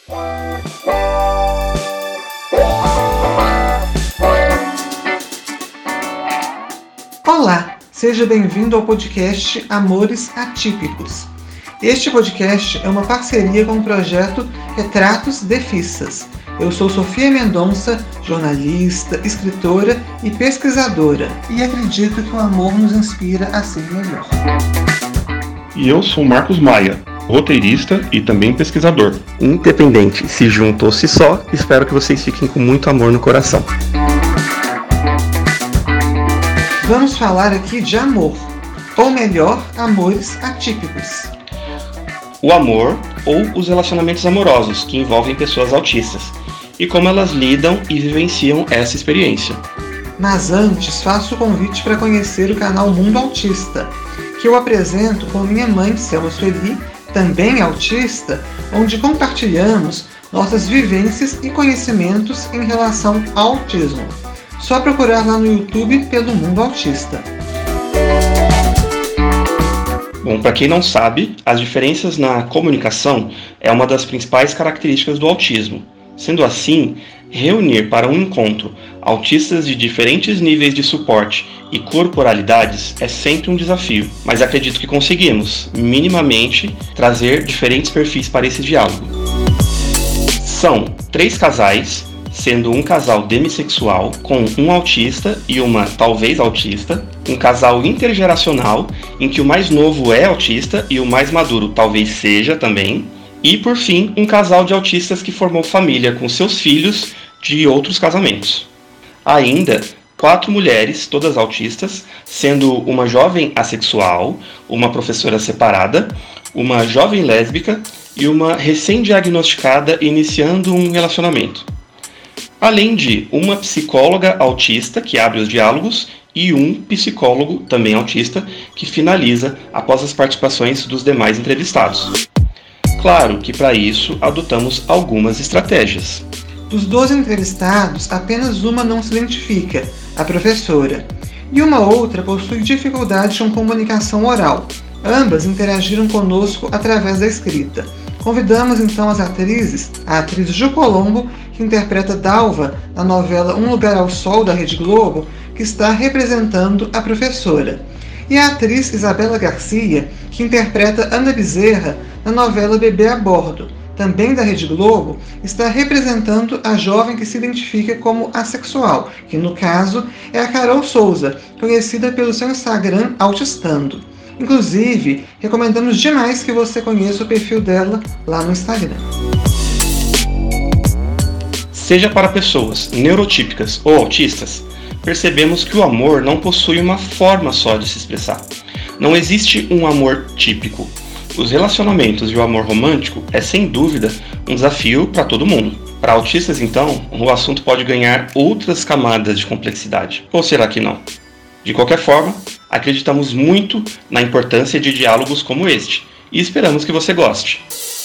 Olá, seja bem-vindo ao podcast Amores Atípicos. Este podcast é uma parceria com o projeto Retratos de Fissas. Eu sou Sofia Mendonça, jornalista, escritora e pesquisadora, e acredito que o amor nos inspira a ser melhor. E eu sou Marcos Maia, roteirista e também pesquisador. Independente se junto ou se só, espero que vocês fiquem com muito amor no coração. Vamos falar aqui de amor, ou melhor, amores atípicos. O amor ou os relacionamentos amorosos que envolvem pessoas autistas e como elas lidam e vivenciam essa experiência. Mas antes, faço o convite para conhecer o canal Mundo Autista, que eu apresento com minha mãe, Selma Sueli, também autista, onde compartilhamos nossas vivências e conhecimentos em relação ao autismo. Só procurar lá no YouTube pelo Mundo Autista. Bom, para quem não sabe, as diferenças na comunicação é uma das principais características do autismo. Sendo assim, reunir para um encontro autistas de diferentes níveis de suporte e corporalidades é sempre um desafio, mas acredito que conseguimos, minimamente, trazer diferentes perfis para esse diálogo. São 3 casais, sendo um casal demissexual com um autista e uma talvez autista, um casal intergeracional em que o mais novo é autista e o mais maduro talvez seja também, e por fim um casal de autistas que formou família com seus filhos de outros casamentos. Ainda 4 mulheres, todas autistas, sendo uma jovem assexual, uma professora separada, uma jovem lésbica e uma recém-diagnosticada iniciando um relacionamento. Além de uma psicóloga autista que abre os diálogos e um psicólogo também autista que finaliza após as participações dos demais entrevistados. Claro que para isso adotamos algumas estratégias. Dos 12 entrevistados, apenas uma não se identifica, a professora, e uma outra possui dificuldade com comunicação oral. Ambas interagiram conosco através da escrita. Convidamos então as atrizes, a atriz Ju Colombo, que interpreta Dalva na novela Um Lugar ao Sol da Rede Globo, que está representando a professora, e a atriz Isabela Garcia, que interpreta Ana Bezerra na novela Bebê a Bordo, também da Rede Globo, está representando a jovem que se identifica como assexual, que no caso é a Carol Souza, conhecida pelo seu Instagram Autistando. Inclusive, recomendamos demais que você conheça o perfil dela lá no Instagram. Seja para pessoas neurotípicas ou autistas, percebemos que o amor não possui uma forma só de se expressar. Não existe um amor típico. Os relacionamentos e o amor romântico é sem dúvida um desafio para todo mundo. Para autistas, então, o assunto pode ganhar outras camadas de complexidade. Ou será que não? De qualquer forma, acreditamos muito na importância de diálogos como este e esperamos que você goste.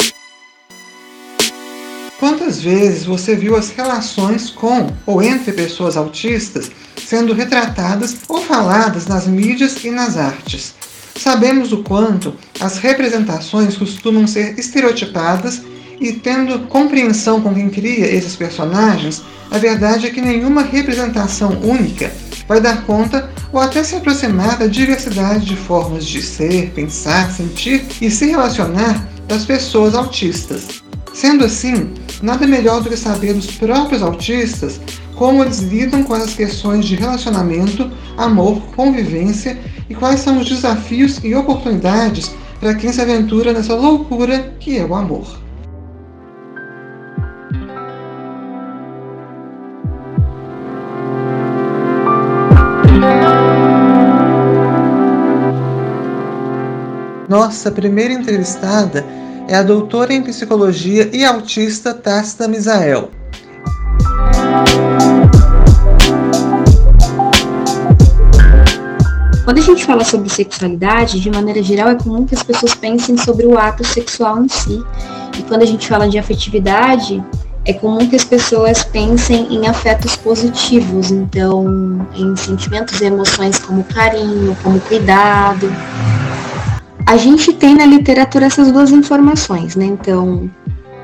Quantas vezes você viu as relações com ou entre pessoas autistas sendo retratadas ou faladas nas mídias e nas artes? Sabemos o quanto as representações costumam ser estereotipadas e, tendo compreensão com quem cria esses personagens, a verdade é que nenhuma representação única vai dar conta ou até se aproximar da diversidade de formas de ser, pensar, sentir e se relacionar das pessoas autistas. Sendo assim, nada melhor do que saber dos próprios autistas como eles lidam com as questões de relacionamento, amor, convivência e quais são os desafios e oportunidades para quem se aventura nessa loucura que é o amor. Nossa primeira entrevistada é a doutora em psicologia e autista Tácita Misael. Quando a gente fala sobre sexualidade, de maneira geral, é comum que as pessoas pensem sobre o ato sexual em si. E quando a gente fala de afetividade, é comum que as pessoas pensem em afetos positivos, então em sentimentos e emoções como carinho, como cuidado. A gente tem na literatura essas duas informações, né? Então,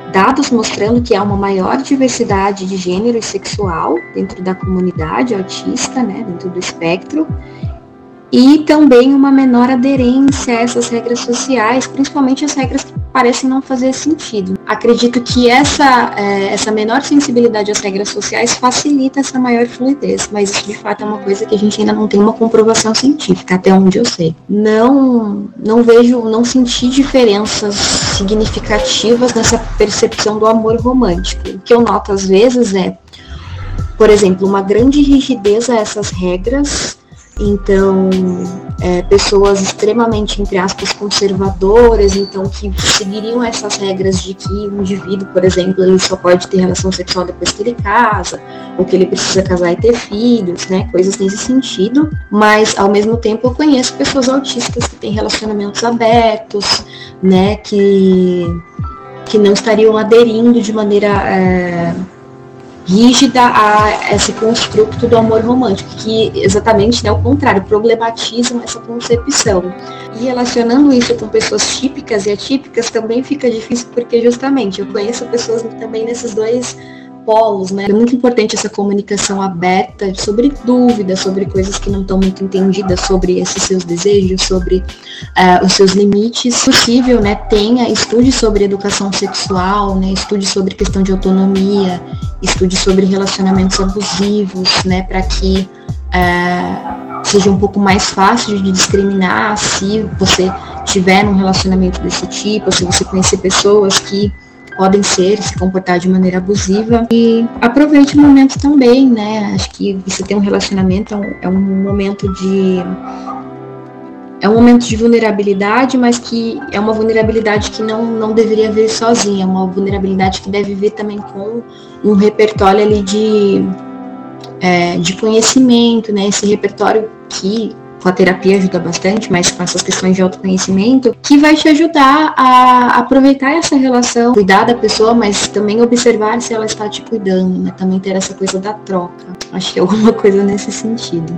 dados mostrando que há uma maior diversidade de gênero e sexual dentro da comunidade autista, né, dentro do espectro, e também uma menor aderência a essas regras sociais, principalmente as regras que parecem não fazer sentido. Acredito que essa menor sensibilidade às regras sociais facilita essa maior fluidez, mas isso de fato é uma coisa que a gente ainda não tem uma comprovação científica, até onde eu sei. Não senti diferenças significativas nessa percepção do amor romântico. O que eu noto às vezes é, por exemplo, uma grande rigidez a essas regras. Então, pessoas extremamente, entre aspas, conservadoras, então que seguiriam essas regras de que um indivíduo, por exemplo, ele só pode ter relação sexual depois que ele casa, ou que ele precisa casar e ter filhos, né, coisas nesse sentido. Mas, ao mesmo tempo, eu conheço pessoas autistas que têm relacionamentos abertos, né, que não estariam aderindo de maneira rígida a esse construto do amor romântico, que exatamente, né, o contrário, problematizam essa concepção. E relacionando isso com pessoas típicas e atípicas também fica difícil, porque justamente eu conheço pessoas também nesses dois polos, né? É muito importante essa comunicação aberta sobre dúvidas, sobre coisas que não estão muito entendidas, sobre esses seus desejos, sobre os seus limites. Se possível, né, estude sobre educação sexual, né, estude sobre questão de autonomia, estude sobre relacionamentos abusivos, né, para que seja um pouco mais fácil de discriminar se você tiver um relacionamento desse tipo, ou se você conhecer pessoas que podem se comportar de maneira abusiva. E aproveite o momento também, né? Acho que você ter um relacionamento é um momento de vulnerabilidade, mas que é uma vulnerabilidade que não deveria vir sozinha, é uma vulnerabilidade que deve vir também com um repertório ali de conhecimento, né? Esse repertório que com a terapia ajuda bastante, mas com essas questões de autoconhecimento, que vai te ajudar a aproveitar essa relação, cuidar da pessoa, mas também observar se ela está te cuidando, né? Também ter essa coisa da troca. Acho que é alguma coisa nesse sentido.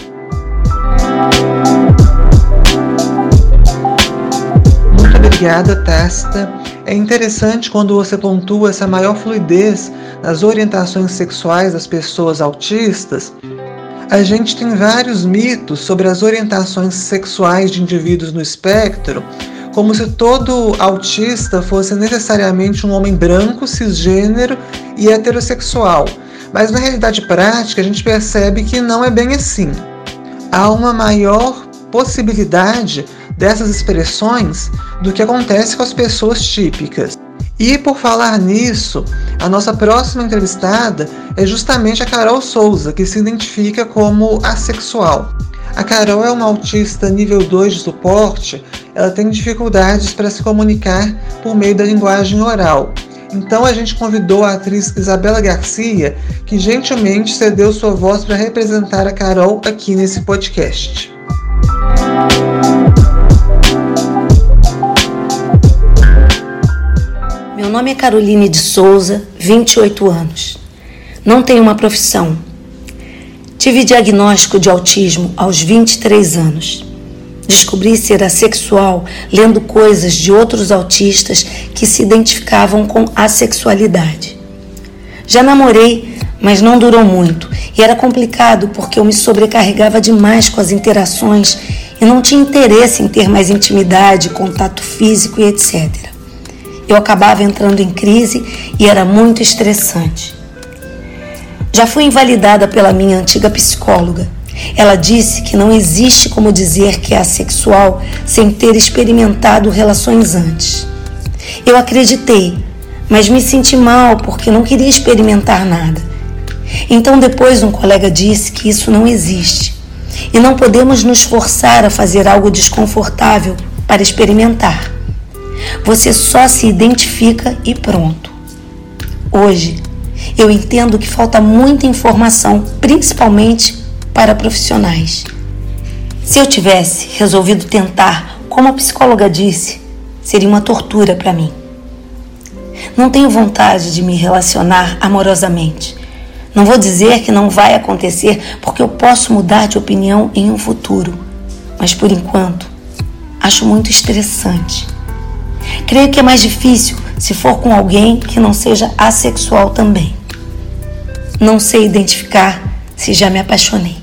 Muito obrigada, Tasta. É interessante quando você pontua essa maior fluidez nas orientações sexuais das pessoas autistas. A gente tem vários mitos sobre as orientações sexuais de indivíduos no espectro, como se todo autista fosse necessariamente um homem branco, cisgênero e heterossexual. Mas na realidade prática a gente percebe que não é bem assim. Há uma maior possibilidade dessas expressões do que acontece com as pessoas típicas. E por falar nisso, a nossa próxima entrevistada é justamente a Carol Souza, que se identifica como assexual. A Carol é uma autista nível 2 de suporte, ela tem dificuldades para se comunicar por meio da linguagem oral. Então a gente convidou a atriz Isabela Garcia, que gentilmente cedeu sua voz para representar a Carol aqui nesse podcast. Meu nome é Caroline de Souza, 28 anos. Não tenho uma profissão. Tive diagnóstico de autismo aos 23 anos. Descobri ser assexual lendo coisas de outros autistas que se identificavam com assexualidade. Já namorei, mas não durou muito e era complicado porque eu me sobrecarregava demais com as interações e não tinha interesse em ter mais intimidade, contato físico e etc. Eu acabava entrando em crise e era muito estressante. Já fui invalidada pela minha antiga psicóloga. Ela disse que não existe como dizer que é assexual sem ter experimentado relações antes. Eu acreditei, mas me senti mal porque não queria experimentar nada. Então depois um colega disse que isso não existe e não podemos nos forçar a fazer algo desconfortável para experimentar. Você só se identifica e pronto. Hoje, eu entendo que falta muita informação, principalmente para profissionais. Se eu tivesse resolvido tentar, como a psicóloga disse, seria uma tortura para mim. Não tenho vontade de me relacionar amorosamente. Não vou dizer que não vai acontecer, porque eu posso mudar de opinião em um futuro. Mas, por enquanto, acho muito estressante. Creio que é mais difícil se for com alguém que não seja assexual também. Não sei identificar se já me apaixonei.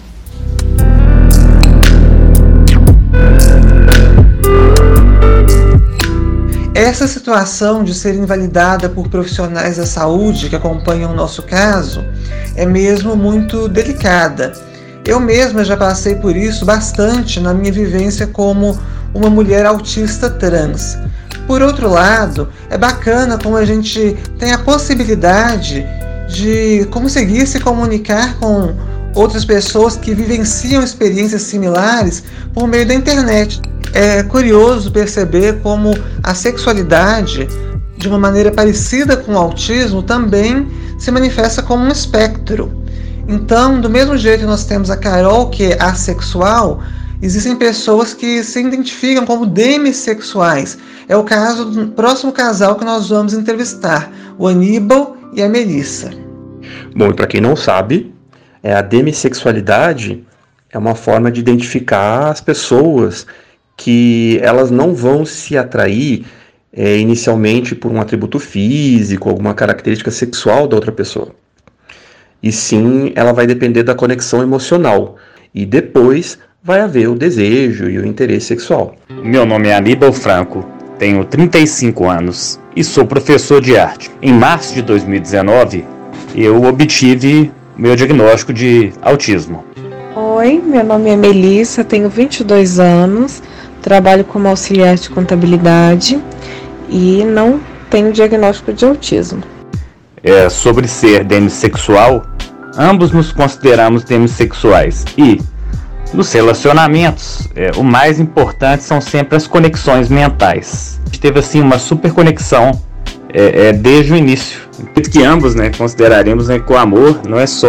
Essa situação de ser invalidada por profissionais da saúde que acompanham o nosso caso é mesmo muito delicada. Eu mesma já passei por isso bastante na minha vivência como uma mulher autista trans. Por outro lado, é bacana como a gente tem a possibilidade de conseguir se comunicar com outras pessoas que vivenciam experiências similares por meio da internet. É curioso perceber como a sexualidade, de uma maneira parecida com o autismo, também se manifesta como um espectro. Então, do mesmo jeito que nós temos a Carol, que é assexual, existem pessoas que se identificam como demissexuais. É o caso do próximo casal que nós vamos entrevistar, o Aníbal e a Melissa. Bom, e para quem não sabe, a demissexualidade é uma forma de identificar as pessoas que elas não vão se atrair inicialmente por um atributo físico, alguma característica sexual da outra pessoa. E sim, ela vai depender da conexão emocional. E depois vai haver o desejo e o interesse sexual. Meu nome é Aníbal Franco, tenho 35 anos e sou professor de arte. Em março de 2019, eu obtive meu diagnóstico de autismo. Oi, meu nome é Melissa, tenho 22 anos, trabalho como auxiliar de contabilidade e não tenho diagnóstico de autismo. Sobre ser demissexual, ambos nos consideramos demissexuais e, nos relacionamentos, o mais importante são sempre as conexões mentais. A gente teve assim uma super conexão desde o início. Que ambos consideraremos que o amor não é só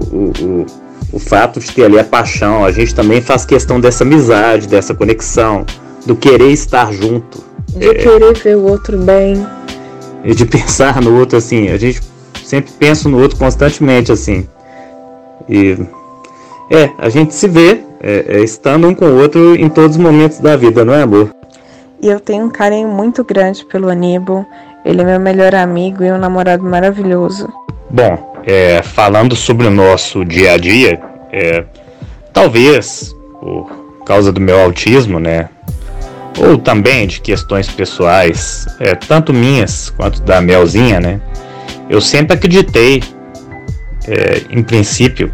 o fato de ter ali a paixão, a gente também faz questão dessa amizade, dessa conexão, do querer estar junto. De querer ver o outro bem. E de pensar no outro, assim, a gente sempre pensa no outro constantemente, assim. E a gente se vê estando um com o outro em todos os momentos da vida, não é, amor? E eu tenho um carinho muito grande pelo Aníbal, ele é meu melhor amigo e um namorado maravilhoso. Bom, falando sobre o nosso dia a dia, talvez por causa do meu autismo, ou também de questões pessoais, tanto minhas quanto da Melzinha, eu sempre acreditei, em princípio,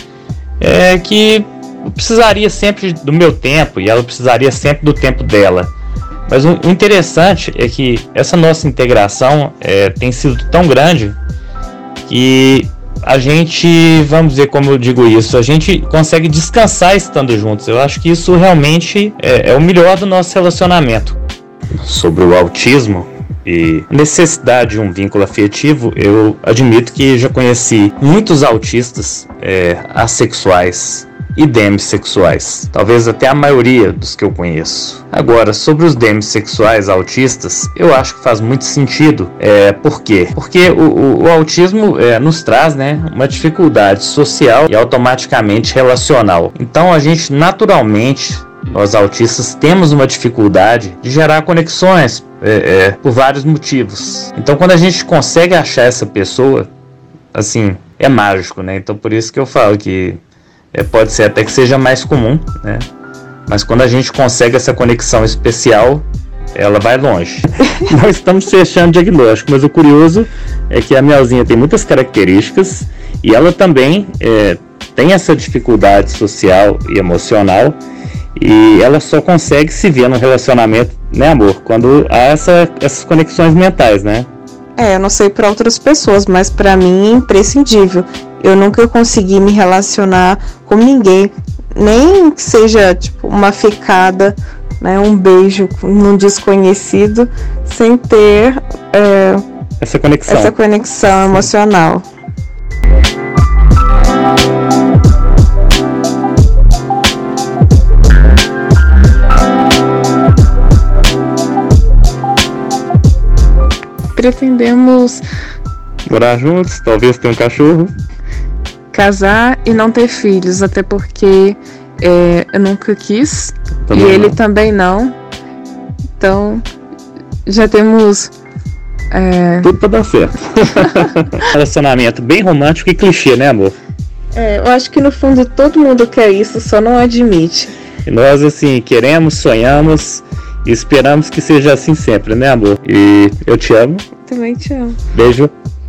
que eu precisaria sempre do meu tempo e ela precisaria sempre do tempo dela. Mas o interessante é que essa nossa integração tem sido tão grande que a gente, vamos dizer como eu digo isso, a gente consegue descansar estando juntos. Eu acho que isso realmente é o melhor do nosso relacionamento. Sobre o autismo e a necessidade de um vínculo afetivo, eu admito que já conheci muitos autistas assexuais e demissexuais, talvez até a maioria dos que eu conheço. Agora, sobre os demissexuais autistas, eu acho que faz muito sentido. Por quê? Porque o autismo nos traz uma dificuldade social e automaticamente relacional. Então a gente naturalmente, nós autistas, temos uma dificuldade de gerar conexões por vários motivos. Então quando a gente consegue achar essa pessoa, assim, é mágico, Então por isso que eu falo que pode ser até que seja mais comum, mas quando a gente consegue essa conexão especial, ela vai longe. Nós estamos fechando o diagnóstico, mas o curioso é que a Melzinha tem muitas características e ela também tem essa dificuldade social e emocional, e ela só consegue se ver num relacionamento, amor, quando há essas conexões mentais, Eu não sei para outras pessoas, mas para mim é imprescindível. Eu nunca consegui me relacionar com ninguém, nem que seja tipo uma ficada, um beijo num desconhecido, sem ter essa conexão emocional. Pretendemos morar juntos, talvez ter um cachorro, casar e não ter filhos, até porque eu nunca quis também e ele não. Também não. Então já temos Tudo pra dar certo. Relacionamento bem romântico e clichê, né, amor? Eu acho que no fundo todo mundo quer isso, só não admite. E nós, assim, queremos, sonhamos e esperamos que seja assim sempre, né, amor? E eu te amo. Também te amo. Beijo.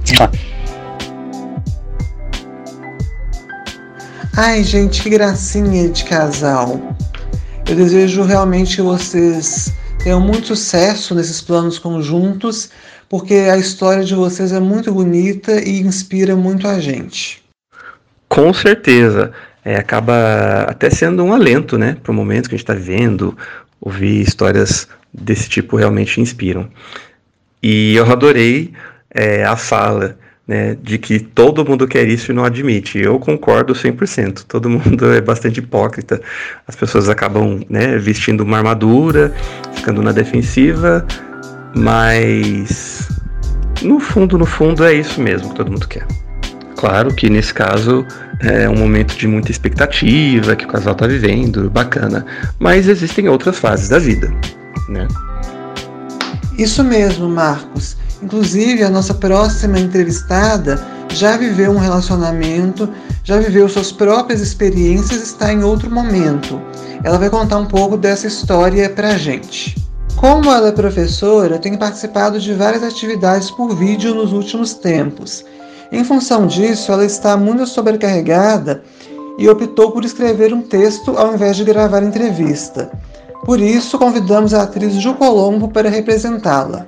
Ai, gente, que gracinha de casal. Eu desejo realmente que vocês tenham muito sucesso nesses planos conjuntos, porque a história de vocês é muito bonita e inspira muito a gente. Com certeza. Acaba até sendo um alento, né, para o momento que a gente está vivendo. Ouvir histórias desse tipo realmente inspiram. E eu adorei a fala, né, de que todo mundo quer isso e não admite. Eu concordo 100%. Todo mundo é bastante hipócrita. As pessoas acabam, né, vestindo uma armadura, ficando na defensiva, mas no fundo é isso mesmo que todo mundo quer. Claro que nesse caso é um momento de muita expectativa que o casal está vivendo, bacana, mas existem outras fases da vida, né? Isso mesmo, Marcos. Inclusive, a nossa próxima entrevistada já viveu um relacionamento, já viveu suas próprias experiências e está em outro momento. Ela vai contar um pouco dessa história pra gente. Como ela é professora, tem participado de várias atividades por vídeo nos últimos tempos. Em função disso, ela está muito sobrecarregada e optou por escrever um texto ao invés de gravar entrevista. Por isso, convidamos a atriz Ju Colombo para representá-la.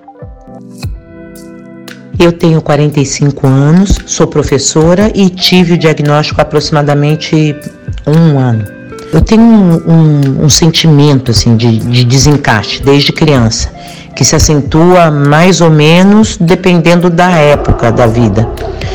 Eu tenho 45 anos, sou professora e tive o diagnóstico há aproximadamente 1 ano. Eu tenho um sentimento assim, de desencaixe desde criança, que se acentua mais ou menos dependendo da época da vida.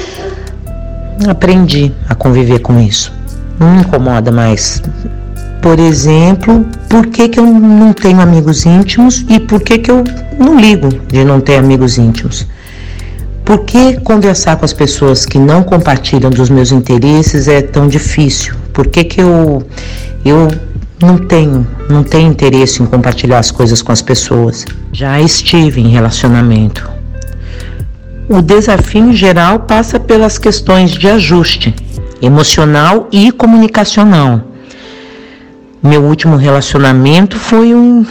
Aprendi a conviver com isso. Não me incomoda mais. Por exemplo, por que eu não tenho amigos íntimos e por que eu não ligo de não ter amigos íntimos? Por que conversar com as pessoas que não compartilham dos meus interesses é tão difícil? Por que eu não tenho interesse em compartilhar as coisas com as pessoas? Já estive em relacionamento. O desafio em geral passa pelas questões de ajuste emocional e comunicacional. Meu último relacionamento foi um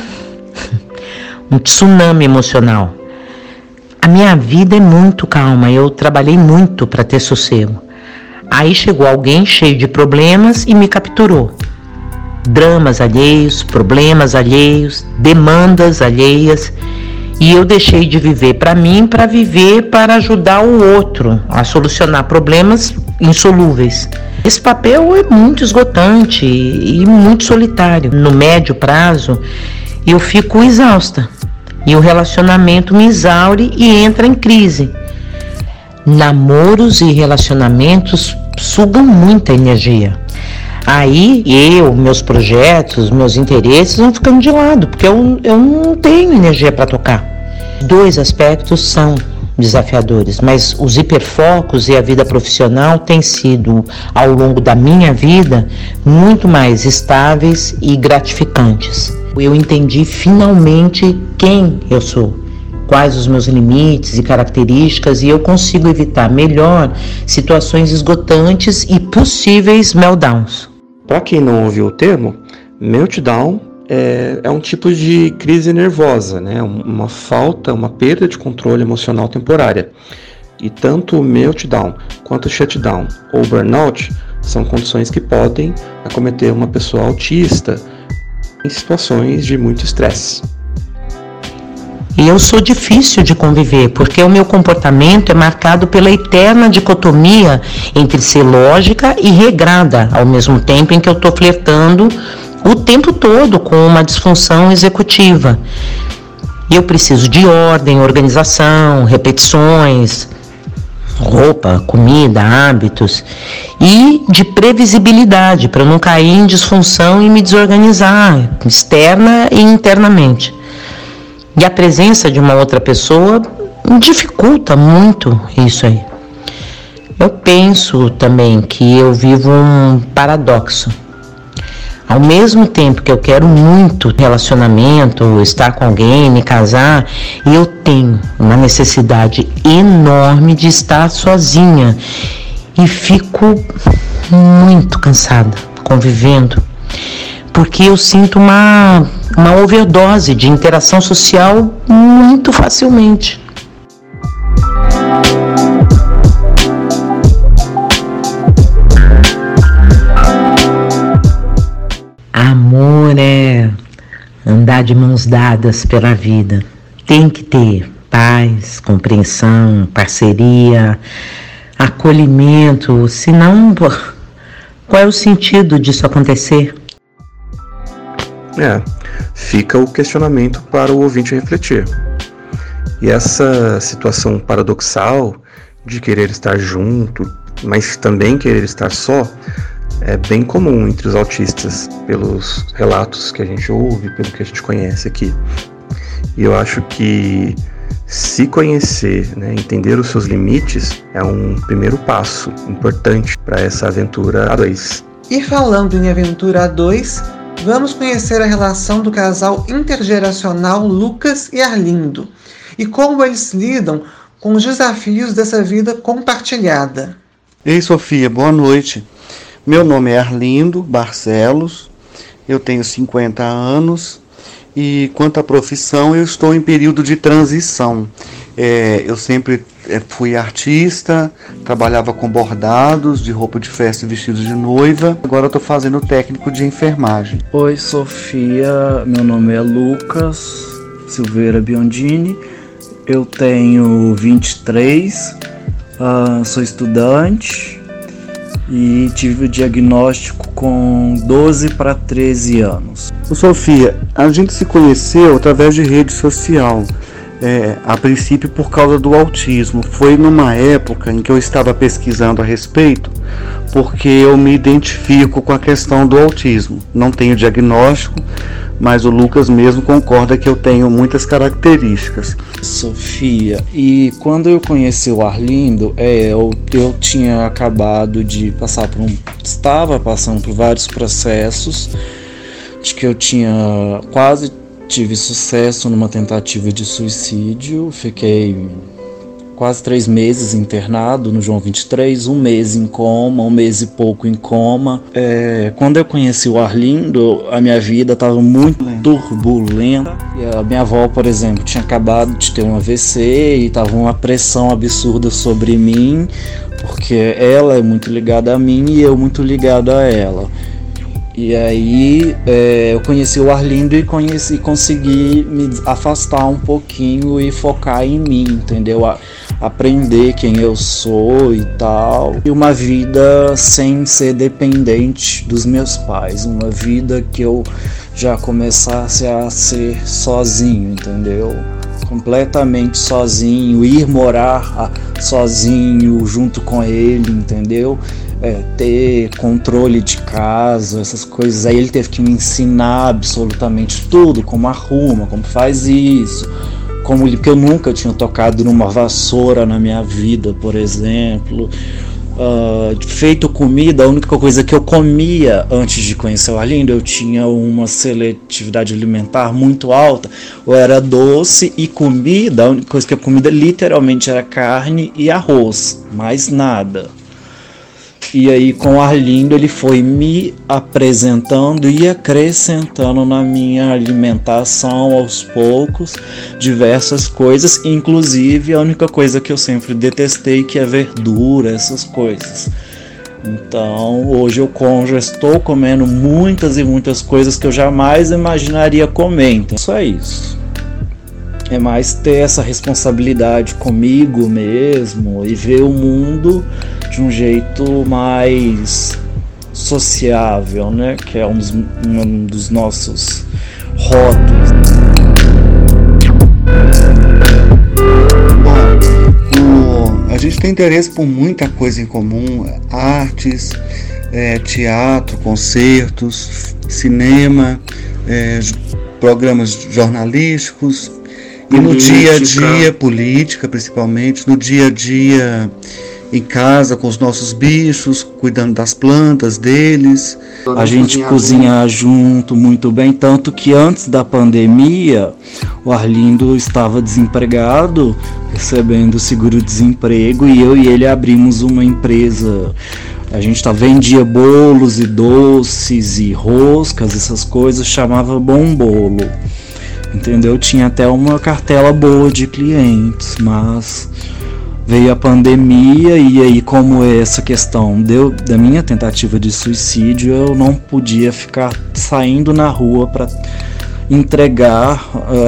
tsunami emocional. A minha vida é muito calma, eu trabalhei muito para ter sossego. Aí chegou alguém cheio de problemas e me capturou. Dramas alheios, problemas alheios, demandas alheias. E eu deixei de viver para mim para viver para ajudar o outro a solucionar problemas insolúveis. Esse papel é muito esgotante e muito solitário. No médio prazo, eu fico exausta e o relacionamento me exaure e entra em crise. Namoros e relacionamentos sugam muita energia. Aí meus projetos, meus interesses vão ficando de lado, porque eu não tenho energia para tocar. 2 aspectos são desafiadores, mas os hiperfocos e a vida profissional têm sido, ao longo da minha vida, muito mais estáveis e gratificantes. Eu entendi finalmente quem eu sou, quais os meus limites e características, e eu consigo evitar melhor situações esgotantes e possíveis meltdowns. Para quem não ouviu o termo, meltdown é um tipo de crise nervosa, né? Uma perda de controle emocional temporária. E tanto o meltdown quanto o shutdown ou burnout são condições que podem acometer uma pessoa autista em situações de muito estresse. E eu sou difícil de conviver, porque o meu comportamento é marcado pela eterna dicotomia entre ser lógica e regrada, ao mesmo tempo em que eu estou flertando o tempo todo com uma disfunção executiva. Eu preciso de ordem, organização, repetições, roupa, comida, hábitos e de previsibilidade para não cair em disfunção e me desorganizar externa e internamente. E a presença de uma outra pessoa dificulta muito isso aí. Eu penso também que eu vivo um paradoxo. Ao mesmo tempo que eu quero muito relacionamento, estar com alguém, me casar, eu tenho uma necessidade enorme de estar sozinha e fico muito cansada convivendo, porque eu sinto uma overdose de interação social muito facilmente. Amor é andar de mãos dadas pela vida. Tem que ter paz, compreensão, parceria, acolhimento. Senão, qual é o sentido disso acontecer? Fica o questionamento para o ouvinte refletir. E essa situação paradoxal de querer estar junto, mas também querer estar só, é bem comum entre os autistas, pelos relatos que a gente ouve, pelo que a gente conhece aqui. E eu acho que se conhecer, entender os seus limites, é um primeiro passo importante para essa aventura A2. E falando em aventura A2, vamos conhecer a relação do casal intergeracional Lucas e Arlindo, e como eles lidam com os desafios dessa vida compartilhada. Ei, Sofia, boa noite. Meu nome é Arlindo Barcelos, eu tenho 50 anos e quanto à profissão eu estou em período de transição. Eu sempre fui artista, trabalhava com bordados de roupa de festa e vestido de noiva, agora eu estou fazendo técnico de enfermagem. Oi, Sofia, meu nome é Lucas Silveira Biondini, eu tenho 23, sou estudante e tive o diagnóstico com 12 para 13 anos. Sofia, a gente se conheceu através de rede social, a princípio por causa do autismo. Foi numa época em que eu estava pesquisando a respeito, porque eu me identifico com a questão do autismo. Não tenho diagnóstico, mas o Lucas mesmo concorda que eu tenho muitas características. Sofia, e quando eu conheci o Arlindo, eu tinha acabado de passar estava passando por vários processos, de que eu quase tive sucesso numa tentativa de suicídio, fiquei quase 3 meses internado no João 23, 1 mês em coma, 1 mês e pouco em coma. Quando eu conheci o Arlindo, a minha vida estava muito turbulenta. E a minha avó, por exemplo, tinha acabado de ter um AVC e estava uma pressão absurda sobre mim, porque ela é muito ligada a mim e eu muito ligado a ela. E aí eu conheci o Arlindo e consegui me afastar um pouquinho e focar em mim, entendeu? Aprender quem eu sou e tal. E uma vida sem ser dependente dos meus pais. Uma vida que eu já começasse a ser sozinho, entendeu? Completamente sozinho, ir morar sozinho junto com ele, entendeu? Ter controle de casa, essas coisas. Aí ele teve que me ensinar absolutamente tudo, como arruma, como faz isso, porque eu nunca tinha tocado numa vassoura na minha vida, por exemplo. Feito comida, a única coisa que eu comia antes de conhecer o Arlindo, eu tinha uma seletividade alimentar muito alta, ou era doce e comida, a única coisa que eu comia literalmente era carne e arroz, mais nada. E aí com o Arlindo ele foi me apresentando e acrescentando na minha alimentação aos poucos diversas coisas, inclusive a única coisa que eu sempre detestei, que é verdura, essas coisas. Então hoje eu já estou comendo muitas e muitas coisas que eu jamais imaginaria comer. Então só é isso. É mais ter essa responsabilidade comigo mesmo e ver o mundo de um jeito mais sociável, né? Que é um dos nossos rótulos. Bom, a gente tem interesse por muita coisa em comum: artes, teatro, concertos, cinema, programas jornalísticos. E no dia a dia, política principalmente, no dia a dia em casa com os nossos bichos, cuidando das plantas deles. A gente cozinha junto muito bem, tanto que antes da pandemia o Arlindo estava desempregado, recebendo seguro-desemprego, e eu e ele abrimos uma empresa. A gente vendia bolos e doces e roscas, essas coisas, chamava Bom Bolo. Entendeu? Tinha até uma cartela boa de clientes, mas veio a pandemia e aí, como essa questão da minha tentativa de suicídio, eu não podia ficar saindo na rua para entregar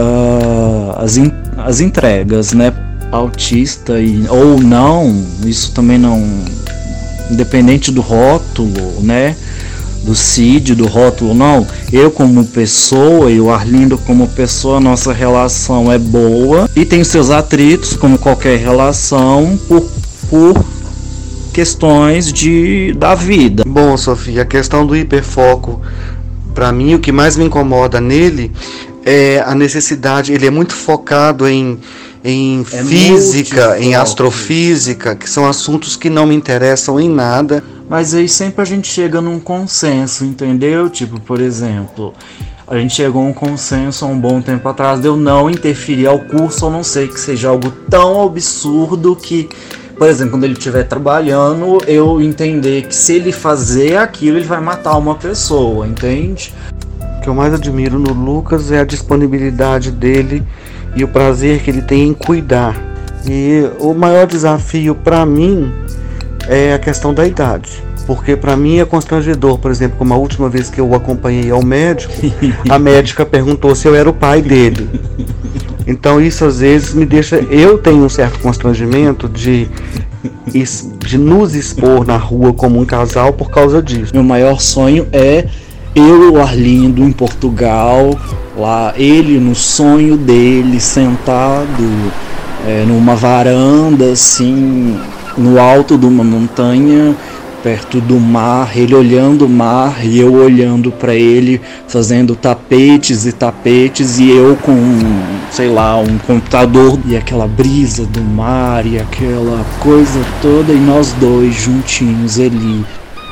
as entregas, né? Autista ou não, isso também não, independente do rótulo, né? Do CID, do rótulo, não. Eu como pessoa e o Arlindo como pessoa, nossa relação é boa e tem seus atritos, como qualquer relação, por questões da vida. Bom, Sofia, a questão do hiperfoco, para mim, o que mais me incomoda nele é a necessidade, ele é muito focado em física, em astrofísica, que são assuntos que não me interessam em nada. Mas aí sempre a gente chega num consenso, entendeu? Tipo, por exemplo, a gente chegou a um consenso há um bom tempo atrás de eu não interferir ao curso, a não ser que seja algo tão absurdo que, por exemplo, quando ele estiver trabalhando, eu entender que se ele fazer aquilo, ele vai matar uma pessoa, entende? O que eu mais admiro no Lucas é a disponibilidade dele e o prazer que ele tem em cuidar. E o maior desafio para mim é a questão da idade, porque para mim é constrangedor, por exemplo, como a última vez que eu o acompanhei ao médico, a médica perguntou se eu era o pai dele. Então isso às vezes me deixa, eu tenho um certo constrangimento de nos expor na rua como um casal por causa disso. Meu maior sonho é eu e o Arlindo em Portugal, lá ele no sonho dele sentado numa varanda assim, no alto de uma montanha, perto do mar, ele olhando o mar e eu olhando para ele, fazendo tapetes e tapetes, e eu com, sei lá, um computador, e aquela brisa do mar e aquela coisa toda, e nós dois juntinhos ali.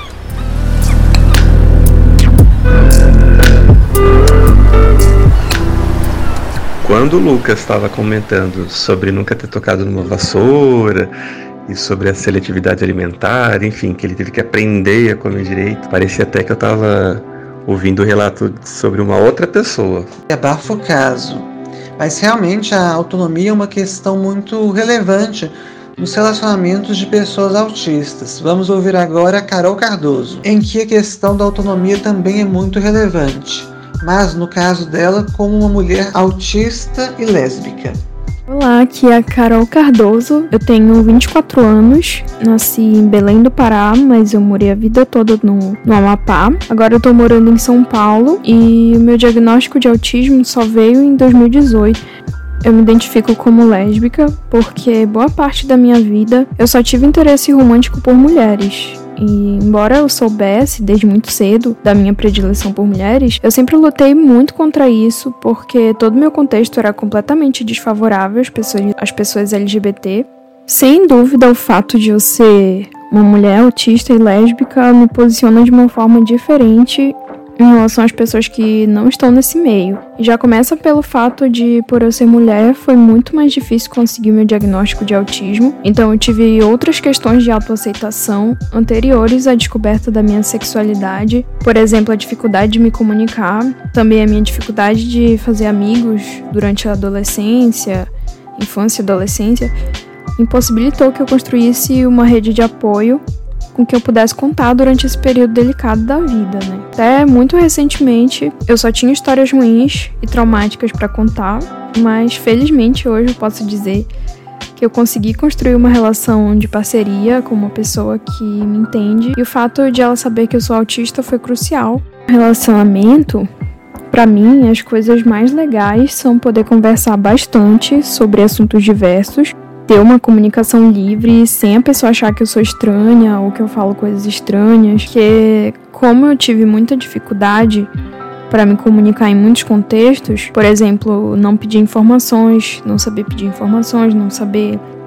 Quando o Lucas estava comentando sobre nunca ter tocado numa vassoura e sobre a seletividade alimentar, enfim, que ele teve que aprender a comer direito, parecia até que eu estava ouvindo o relato sobre uma outra pessoa. Abafa o caso, mas realmente a autonomia é uma questão muito relevante nos relacionamentos de pessoas autistas. Vamos ouvir agora a Carol Cardoso, em que a questão da autonomia também é muito relevante, mas no caso dela como uma mulher autista e lésbica. Olá, aqui é a Carol Cardoso, eu tenho 24 anos, nasci em Belém do Pará, mas eu morei a vida toda no Amapá. Agora eu tô morando em São Paulo e o meu diagnóstico de autismo só veio em 2018. Eu me identifico como lésbica porque boa parte da minha vida eu só tive interesse romântico por mulheres. E embora eu soubesse desde muito cedo da minha predileção por mulheres, eu sempre lutei muito contra isso porque todo o meu contexto era completamente desfavorável às pessoas LGBT. Sem dúvida, o fato de eu ser uma mulher autista e lésbica me posiciona de uma forma diferente em relação às pessoas que não estão nesse meio. E já começa pelo fato de, por eu ser mulher, foi muito mais difícil conseguir meu diagnóstico de autismo. Então eu tive outras questões de autoaceitação anteriores à descoberta da minha sexualidade. Por exemplo, a dificuldade de me comunicar, também a minha dificuldade de fazer amigos durante a adolescência, infância e adolescência, impossibilitou que eu construísse uma rede de apoio com que eu pudesse contar durante esse período delicado da vida, né? Até muito recentemente, eu só tinha histórias ruins e traumáticas para contar, mas felizmente hoje eu posso dizer que eu consegui construir uma relação de parceria com uma pessoa que me entende, e o fato de ela saber que eu sou autista foi crucial. No relacionamento, para mim, as coisas mais legais são poder conversar bastante sobre assuntos diversos, ter uma comunicação livre sem a pessoa achar que eu sou estranha ou que eu falo coisas estranhas, porque como eu tive muita dificuldade para me comunicar em muitos contextos, por exemplo, não pedir informações, não saber pedir informações, não saber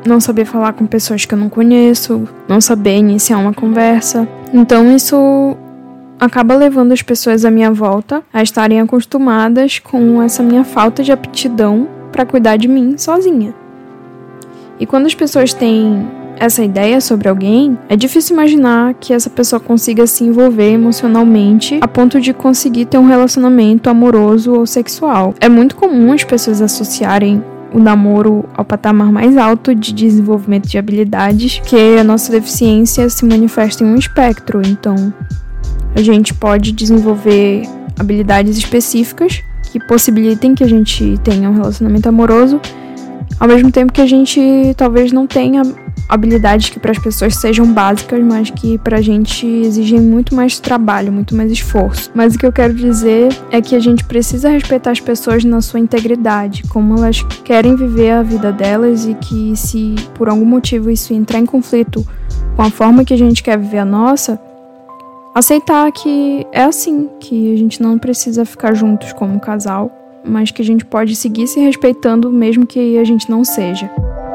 não saber falar com pessoas que eu não conheço, não saber iniciar uma conversa. Então isso acaba levando as pessoas à minha volta a estarem acostumadas com essa minha falta de aptidão para cuidar de mim sozinha. E quando as pessoas têm essa ideia sobre alguém, é difícil imaginar que essa pessoa consiga se envolver emocionalmente a ponto de conseguir ter um relacionamento amoroso ou sexual. É muito comum as pessoas associarem o namoro ao patamar mais alto de desenvolvimento de habilidades, que a nossa deficiência se manifesta em um espectro. Então, a gente pode desenvolver habilidades específicas que possibilitem que a gente tenha um relacionamento amoroso, ao mesmo tempo que a gente talvez não tenha habilidades que para as pessoas sejam básicas, mas que para a gente exigem muito mais trabalho, muito mais esforço. Mas o que eu quero dizer é que a gente precisa respeitar as pessoas na sua integridade, como elas querem viver a vida delas, e que se por algum motivo isso entrar em conflito com a forma que a gente quer viver a nossa, aceitar que é assim, que a gente não precisa ficar juntos como casal, mas que a gente pode seguir se respeitando mesmo que a gente não seja.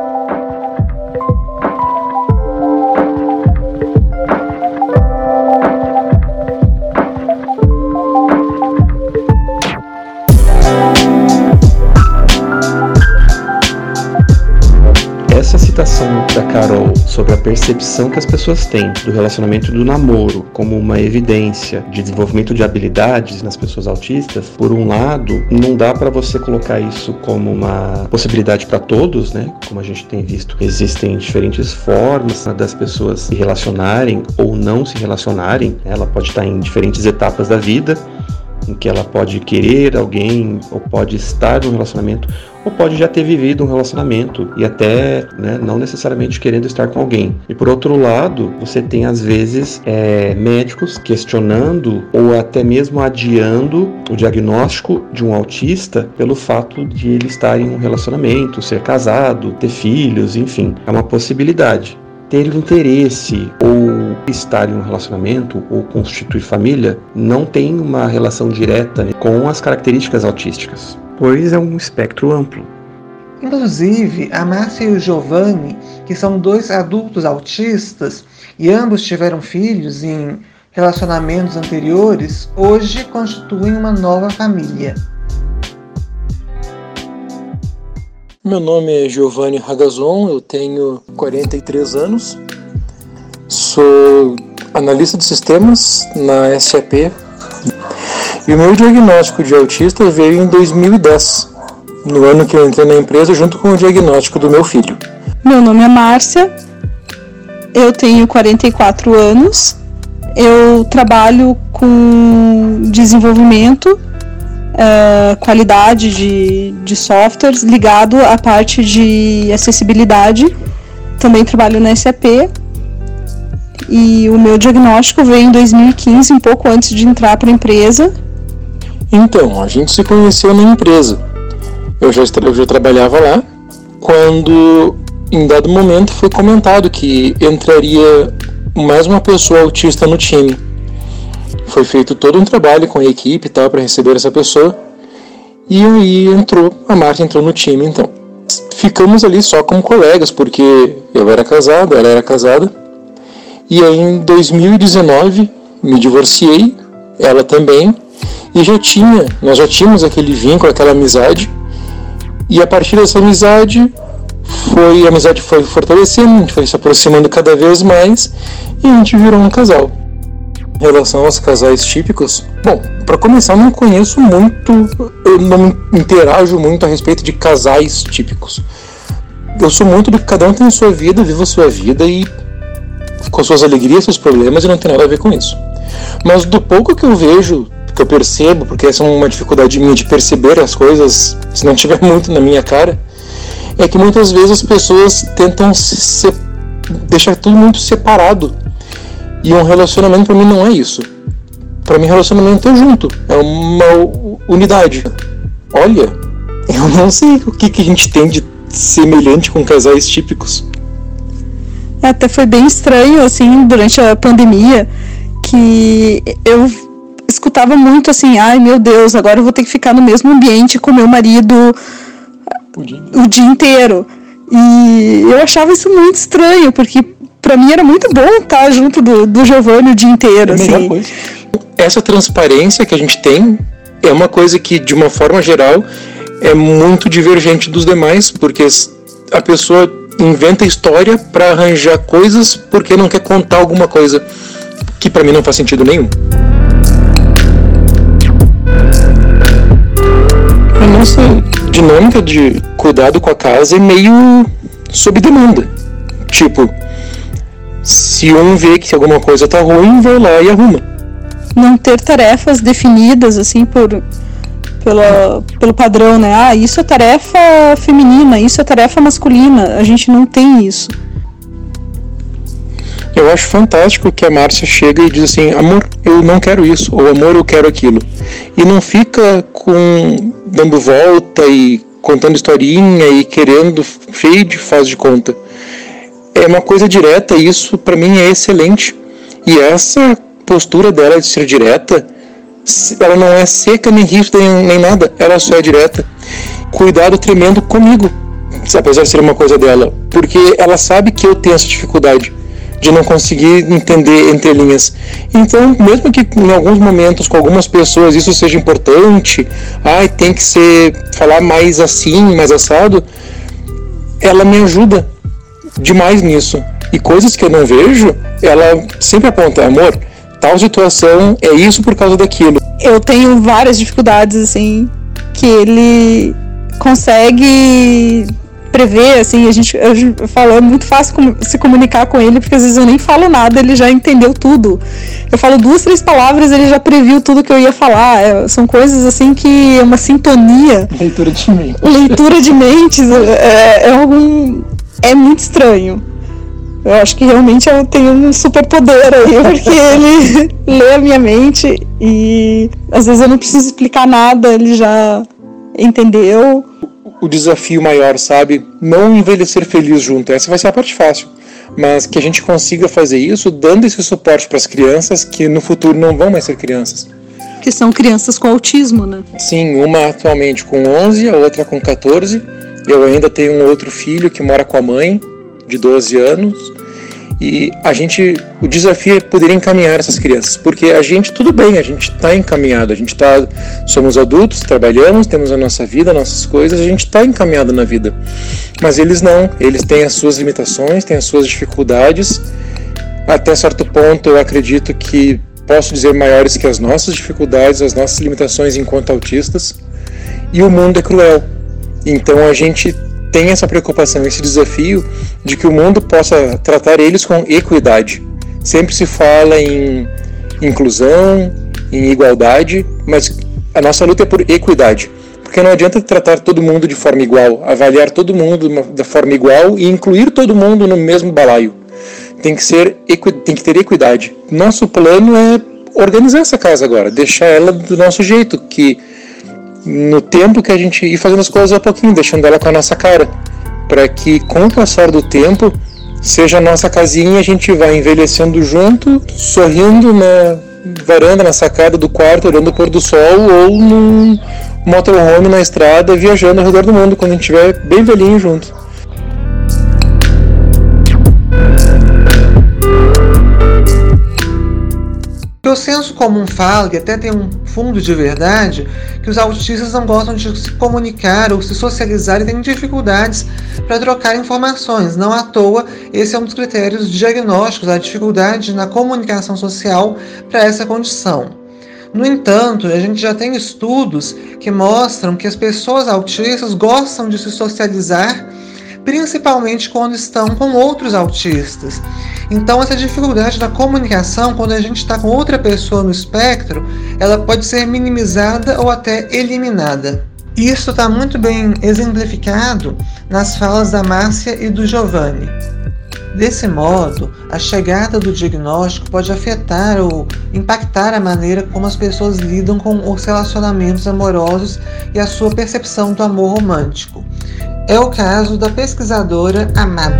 Essa citação da Carol sobre a percepção que as pessoas têm do relacionamento do namoro como uma evidência de desenvolvimento de habilidades nas pessoas autistas, por um lado, não dá para você colocar isso como uma possibilidade para todos, né? Como a gente tem visto, existem diferentes formas das pessoas se relacionarem ou não se relacionarem. Ela pode estar em diferentes etapas da vida, em que ela pode querer alguém, ou pode estar num relacionamento, ou pode já ter vivido um relacionamento e até, né, não necessariamente querendo estar com alguém. E por outro lado, você tem às vezes médicos questionando ou até mesmo adiando o diagnóstico de um autista pelo fato de ele estar em um relacionamento, ser casado, ter filhos, enfim, é uma possibilidade. Ter interesse ou estar em um relacionamento ou constituir família não tem uma relação direta, né, com as características autísticas, pois é um espectro amplo. Inclusive, a Márcia e o Giovanni, que são 2 adultos autistas e ambos tiveram filhos em relacionamentos anteriores, hoje constituem uma nova família. Meu nome é Giovanni Ragazon, eu tenho 43 anos, sou analista de sistemas na SAP e o meu diagnóstico de autista veio em 2010, no ano que eu entrei na empresa junto com o diagnóstico do meu filho. Meu nome é Márcia, eu tenho 44 anos, eu trabalho com desenvolvimento, qualidade de softwares ligado à parte de acessibilidade. Também trabalho na SAP e o meu diagnóstico veio em 2015, um pouco antes de entrar para a empresa. Então, a gente se conheceu na empresa. Eu já trabalhava lá quando, em dado momento, foi comentado que entraria mais uma pessoa autista no time. Foi feito todo um trabalho com a equipe e tal para receber essa pessoa. E aí a Marta entrou no time, então. Ficamos ali só como colegas, porque eu era casado, ela era casada. E aí em 2019 me divorciei, ela também. E nós já tínhamos aquele vínculo, aquela amizade. E a partir dessa amizade, a amizade foi fortalecendo, a gente foi se aproximando cada vez mais e a gente virou um casal. Em relação aos casais típicos, bom, para começar, eu não conheço muito, eu não interajo muito a respeito de casais típicos. Eu sou muito do que cada um tem a sua vida, viva a sua vida e com suas alegrias, seus problemas, e não tem nada a ver com isso. Mas do pouco que eu vejo, que eu percebo, porque essa é uma dificuldade minha de perceber as coisas, se não tiver muito na minha cara, é que muitas vezes as pessoas tentam deixar tudo muito separado. E um relacionamento para mim não é isso. Para mim relacionamento é junto, é uma unidade. Olha, eu não sei o que a gente tem de semelhante com casais típicos. Até foi bem estranho, assim, durante a pandemia, que eu escutava muito assim, ai meu Deus, agora eu vou ter que ficar no mesmo ambiente com meu marido o dia inteiro. E eu achava isso muito estranho, porque pra mim era muito bom estar junto do Giovanni o dia inteiro. Assim. Coisa. Essa transparência que a gente tem é uma coisa que, de uma forma geral, é muito divergente dos demais, porque a pessoa inventa história pra arranjar coisas porque não quer contar alguma coisa que pra mim não faz sentido nenhum. A nossa dinâmica de cuidado com a casa é meio sob demanda. Tipo, se um vê que alguma coisa tá ruim, vai lá e arruma. Não ter tarefas definidas, assim, pelo padrão, né? Ah, isso é tarefa feminina, isso é tarefa masculina. A gente não tem isso. Eu acho fantástico que a Márcia chega e diz assim: amor, eu não quero isso, ou amor, eu quero aquilo. E não fica dando volta e contando historinha e querendo feio de faz de conta. É uma coisa direta, e isso pra mim é excelente. E essa postura dela de ser direta, ela não é seca, nem rígida, nem nada, ela só é direta. Cuidado tremendo comigo, apesar de ser uma coisa dela, porque ela sabe que eu tenho essa dificuldade de não conseguir entender entre linhas. Então, mesmo que em alguns momentos com algumas pessoas isso seja importante, tem que falar mais assim, mais assado, ela me ajuda demais nisso. E coisas que eu não vejo, ela sempre aponta: amor, tal situação é isso por causa daquilo. Eu tenho várias dificuldades, assim, que ele consegue prever, assim, eu falo, é muito fácil se comunicar com ele, porque às vezes eu nem falo nada, ele já entendeu tudo. Eu falo 2, 3 palavras, ele já previu tudo que eu ia falar. São coisas, assim, que é uma sintonia. Leitura de mentes. Leitura de mentes, é muito estranho. Eu acho que realmente eu tenho um superpoder aí, porque ele lê a minha mente e às vezes eu não preciso explicar nada, ele já entendeu. O desafio maior, sabe? Não envelhecer feliz junto. Essa vai ser a parte fácil. Mas que a gente consiga fazer isso dando esse suporte para as crianças que no futuro não vão mais ser crianças. Que são crianças com autismo, né? Sim, uma atualmente com 11, a outra com 14. Eu ainda tenho um outro filho que mora com a mãe, de 12 anos. E o desafio é poder encaminhar essas crianças, porque a gente, tudo bem, a gente está encaminhado, somos adultos, trabalhamos, temos a nossa vida, nossas coisas, a gente está encaminhado na vida, mas eles não, eles têm as suas limitações, têm as suas dificuldades, até certo ponto eu acredito que posso dizer maiores que as nossas dificuldades, as nossas limitações enquanto autistas, e o mundo é cruel, então a gente tem essa preocupação, esse desafio de que o mundo possa tratar eles com equidade. Sempre se fala em inclusão, em igualdade, mas a nossa luta é por equidade, porque não adianta tratar todo mundo de forma igual, avaliar todo mundo da forma igual e incluir todo mundo no mesmo balaio. Tem que ter equidade. Nosso plano é organizar essa casa agora, deixar ela do nosso jeito, que no tempo que a gente ir fazendo as coisas a pouquinho, deixando ela com a nossa cara, para que com o passar do tempo seja a nossa casinha e a gente vai envelhecendo junto, sorrindo na varanda, na sacada do quarto, olhando o pôr do sol, ou num motorhome na estrada, viajando ao redor do mundo, quando a gente estiver bem velhinho junto. O senso comum fala, e até tem um fundo de verdade, que os autistas não gostam de se comunicar ou se socializar e têm dificuldades para trocar informações. Não à toa, esse é um dos critérios diagnósticos, a dificuldade na comunicação social para essa condição. No entanto, a gente já tem estudos que mostram que as pessoas autistas gostam de se socializar, principalmente quando estão com outros autistas. Então, essa dificuldade da comunicação, quando a gente está com outra pessoa no espectro, ela pode ser minimizada ou até eliminada. Isso está muito bem exemplificado nas falas da Márcia e do Giovanni. Desse modo, a chegada do diagnóstico pode afetar ou impactar a maneira como as pessoas lidam com os relacionamentos amorosos e a sua percepção do amor romântico. É o caso da pesquisadora Amabile.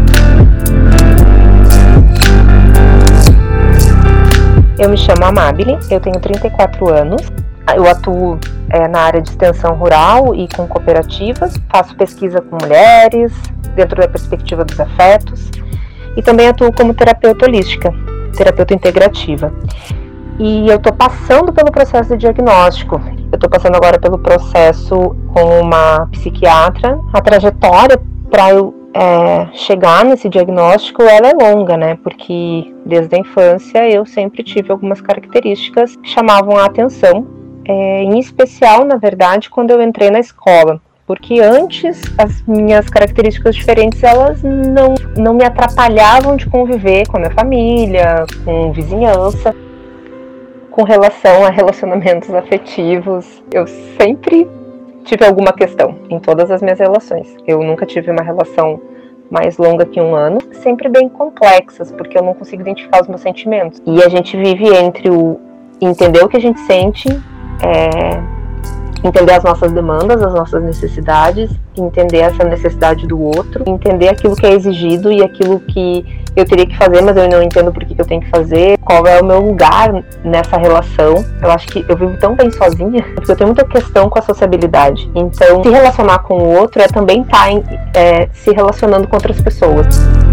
Eu me chamo Amabile, eu tenho 34 anos. Eu atuo na área de extensão rural e com cooperativas. Faço pesquisa com mulheres, dentro da perspectiva dos afetos, e também atuo como terapeuta holística, terapeuta integrativa. E eu estou passando pelo processo de diagnóstico. Eu estou passando agora pelo processo com uma psiquiatra. A trajetória para eu chegar nesse diagnóstico, ela é longa, né? Porque desde a infância eu sempre tive algumas características que chamavam a atenção. Em especial, na verdade, quando eu entrei na escola. Porque antes as minhas características diferentes, elas não me atrapalhavam de conviver com a minha família, com vizinhança. Com relação a relacionamentos afetivos, eu sempre tive alguma questão em todas as minhas relações. Eu nunca tive uma relação mais longa que 1 ano, sempre bem complexas, porque eu não consigo identificar os meus sentimentos. E a gente vive entre o entender o que a gente sente, entender as nossas demandas, as nossas necessidades, entender essa necessidade do outro, entender aquilo que é exigido e aquilo que eu teria que fazer, mas eu não entendo por que eu tenho que fazer, qual é o meu lugar nessa relação. Eu acho que eu vivo tão bem sozinha, porque eu tenho muita questão com a sociabilidade. Então, se relacionar com o outro é também estar se relacionando com outras pessoas.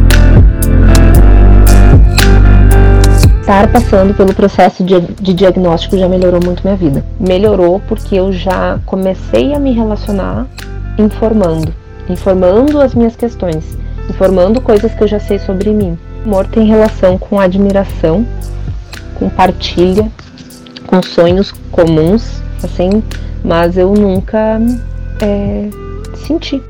Estar passando pelo processo de diagnóstico já melhorou muito minha vida. Melhorou porque eu já comecei a me relacionar informando as minhas questões, informando coisas que eu já sei sobre mim. O amor tem relação com admiração, com partilha, com sonhos comuns, assim, mas eu nunca senti.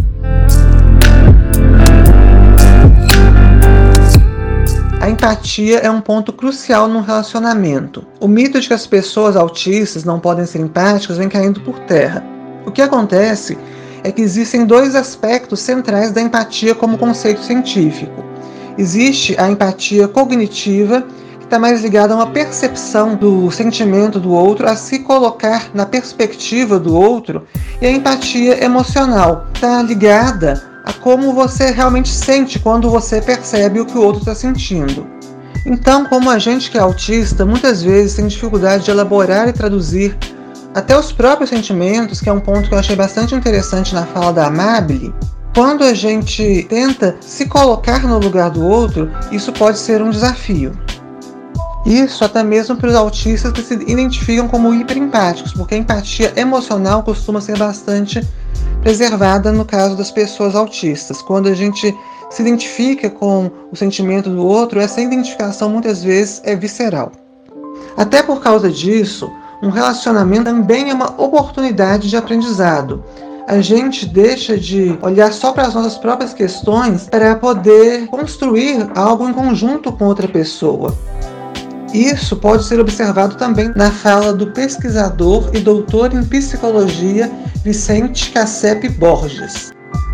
A empatia é um ponto crucial num relacionamento. O mito de que as pessoas autistas não podem ser empáticas vem caindo por terra. O que acontece é que existem 2 aspectos centrais da empatia como conceito científico. Existe a empatia cognitiva, que está mais ligada a uma percepção do sentimento do outro, a se colocar na perspectiva do outro, e a empatia emocional está ligada a como você realmente sente quando você percebe o que o outro está sentindo. Então, como a gente que é autista, muitas vezes tem dificuldade de elaborar e traduzir até os próprios sentimentos, que é um ponto que eu achei bastante interessante na fala da Amabile. Quando a gente tenta se colocar no lugar do outro, isso pode ser um desafio. Isso até mesmo para os autistas que se identificam como hiperempáticos, porque a empatia emocional costuma ser bastante preservada no caso das pessoas autistas. Quando a gente se identifica com o sentimento do outro, essa identificação muitas vezes é visceral. Até por causa disso, um relacionamento também é uma oportunidade de aprendizado. A gente deixa de olhar só para as nossas próprias questões para poder construir algo em conjunto com outra pessoa. Isso pode ser observado também na fala do pesquisador e doutor em psicologia Vicente Cassep Borges.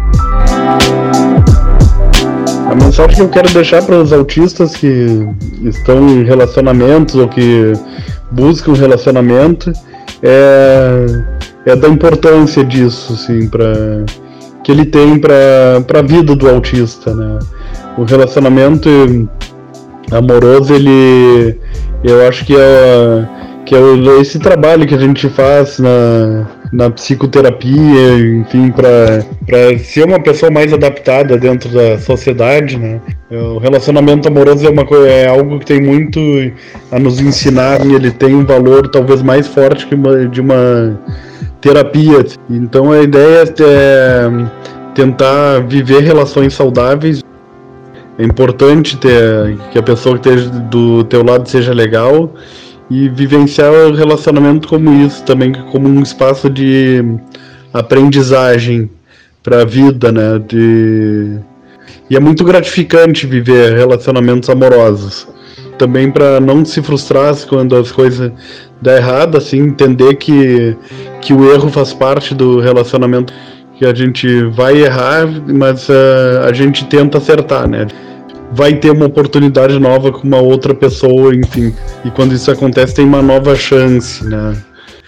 A mensagem que eu quero deixar para os autistas que estão em relacionamentos ou que buscam relacionamento é da importância disso, assim, que ele tem para a vida do autista, né? O relacionamento amoroso, eu acho que é esse trabalho que a gente faz na psicoterapia, enfim, para ser uma pessoa mais adaptada dentro da sociedade, né? O relacionamento amoroso é algo que tem muito a nos ensinar, e ele tem um valor talvez mais forte que de uma terapia. Então a ideia é tentar viver relações saudáveis. É importante que a pessoa que esteja do teu lado seja legal, e vivenciar o relacionamento como isso também, como um espaço de aprendizagem para a vida, né? E é muito gratificante viver relacionamentos amorosos. Também para não se frustrar quando as coisas dão errado, assim, entender que o erro faz parte do relacionamento, que a gente vai errar, mas a gente tenta acertar, né? Vai ter uma oportunidade nova com uma outra pessoa, enfim. E quando isso acontece, tem uma nova chance, né?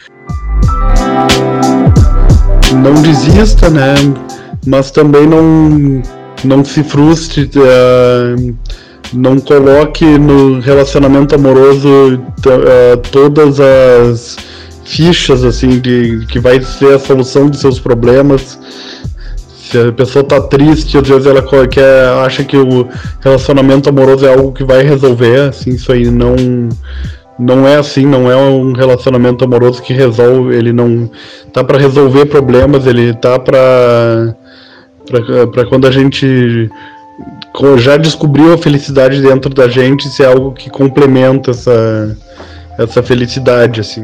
Não desista, né? Mas também não se frustre, não coloque no relacionamento amoroso todas as fichas, assim, de que vai ser a solução dos seus problemas. Se a pessoa tá triste, às vezes ela acha que o relacionamento amoroso é algo que vai resolver, assim, isso aí não é assim, não é um relacionamento amoroso que resolve, ele não tá para resolver problemas, ele tá para quando a gente já descobriu a felicidade dentro da gente, ser algo que complementa essa felicidade, assim.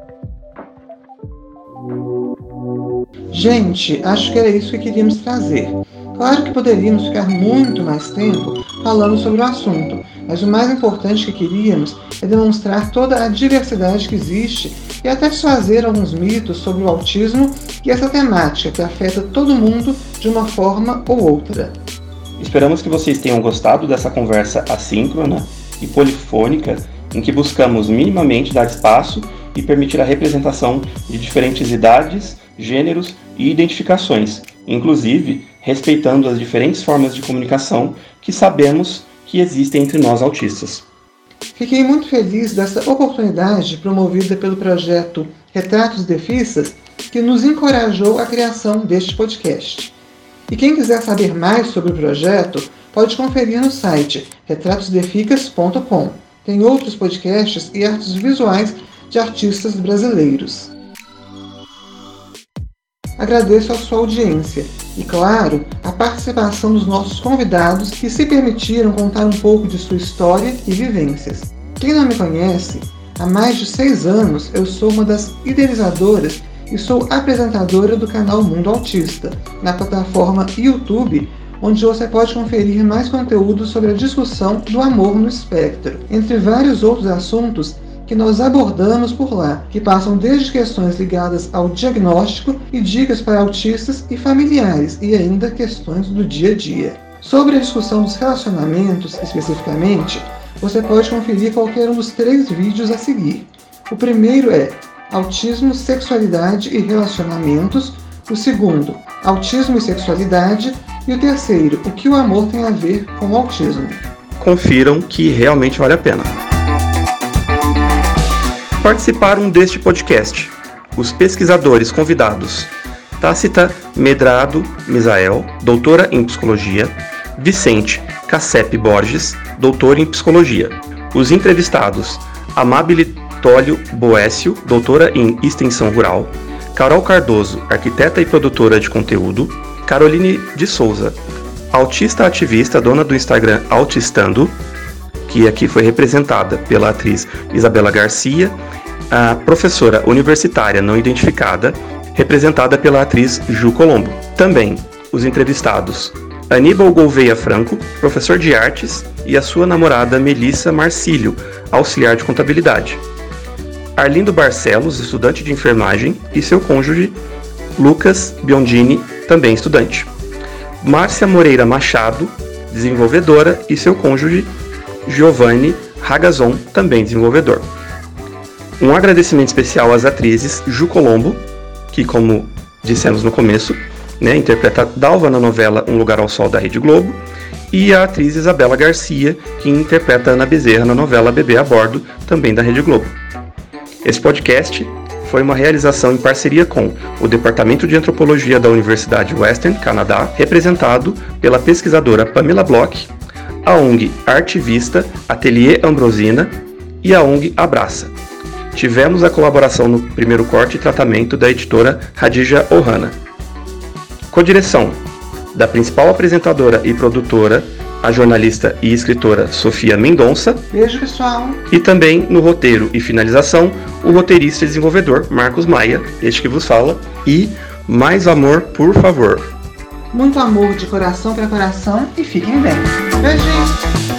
Gente, acho que era isso que queríamos trazer. Claro que poderíamos ficar muito mais tempo falando sobre o assunto, mas o mais importante que queríamos é demonstrar toda a diversidade que existe e até desfazer alguns mitos sobre o autismo e essa temática que afeta todo mundo de uma forma ou outra. Esperamos que vocês tenham gostado dessa conversa assíncrona e polifônica em que buscamos minimamente dar espaço e permitir a representação de diferentes idades, gêneros e identificações, inclusive respeitando as diferentes formas de comunicação que sabemos que existem entre nós autistas. Fiquei muito feliz dessa oportunidade promovida pelo projeto Retratos Defissas, que nos encorajou a criação deste podcast. E quem quiser saber mais sobre o projeto, pode conferir no site retratosdeficas.com. Tem outros podcasts e artes visuais de artistas brasileiros. Agradeço a sua audiência e, claro, a participação dos nossos convidados que se permitiram contar um pouco de sua história e vivências. Quem não me conhece, há mais de 6 anos eu sou uma das idealizadoras e sou apresentadora do canal Mundo Autista, na plataforma YouTube, onde você pode conferir mais conteúdo sobre a discussão do amor no espectro, entre vários outros assuntos que nós abordamos por lá, que passam desde questões ligadas ao diagnóstico e dicas para autistas e familiares, e ainda questões do dia a dia. Sobre a discussão dos relacionamentos, especificamente, você pode conferir qualquer um dos 3 vídeos a seguir. O primeiro é Autismo, Sexualidade e Relacionamentos, o segundo, Autismo e Sexualidade, e o terceiro, O que o amor tem a ver com o autismo. Confiram que realmente vale a pena. Participaram deste podcast os pesquisadores convidados Tácita Medrado Misael, doutora em Psicologia, Vicente Cassep Borges, doutor em Psicologia. Os entrevistados Amabile Tólio Boécio, doutora em Extensão Rural, Carol Cardoso, arquiteta e produtora de conteúdo, Caroline de Souza, autista ativista, dona do Instagram Autistando, que aqui foi representada pela atriz Isabela Garcia, a professora universitária não identificada, representada pela atriz Ju Colombo. Também os entrevistados Aníbal Gouveia Franco, professor de artes, e a sua namorada Melissa Marcílio, auxiliar de contabilidade. Arlindo Barcelos, estudante de enfermagem, e seu cônjuge Lucas Biondini, também estudante. Márcia Moreira Machado, desenvolvedora, e seu cônjuge Giovanni Ragazon, também desenvolvedor. Um agradecimento especial às atrizes Ju Colombo, que, como dissemos no começo, interpreta Dalva na novela Um Lugar ao Sol da Rede Globo, e a atriz Isabela Garcia, que interpreta Ana Bezerra na novela Bebê a Bordo, também da Rede Globo. Esse podcast foi uma realização em parceria com o Departamento de Antropologia da Universidade Western, Canadá, representado pela pesquisadora Pamela Bloch, a ONG Artivista Ateliê Ambrosina e a ONG Abraça. Tivemos a colaboração no primeiro corte e tratamento da editora Radija Ohana. Codireção da principal apresentadora e produtora, a jornalista e escritora Sofia Mendonça. Beijo, pessoal! E também no roteiro e finalização, o roteirista e desenvolvedor Marcos Maia, este que vos fala. E mais amor, por favor. Muito amor de coração para coração e fiquem bem. Beijinho!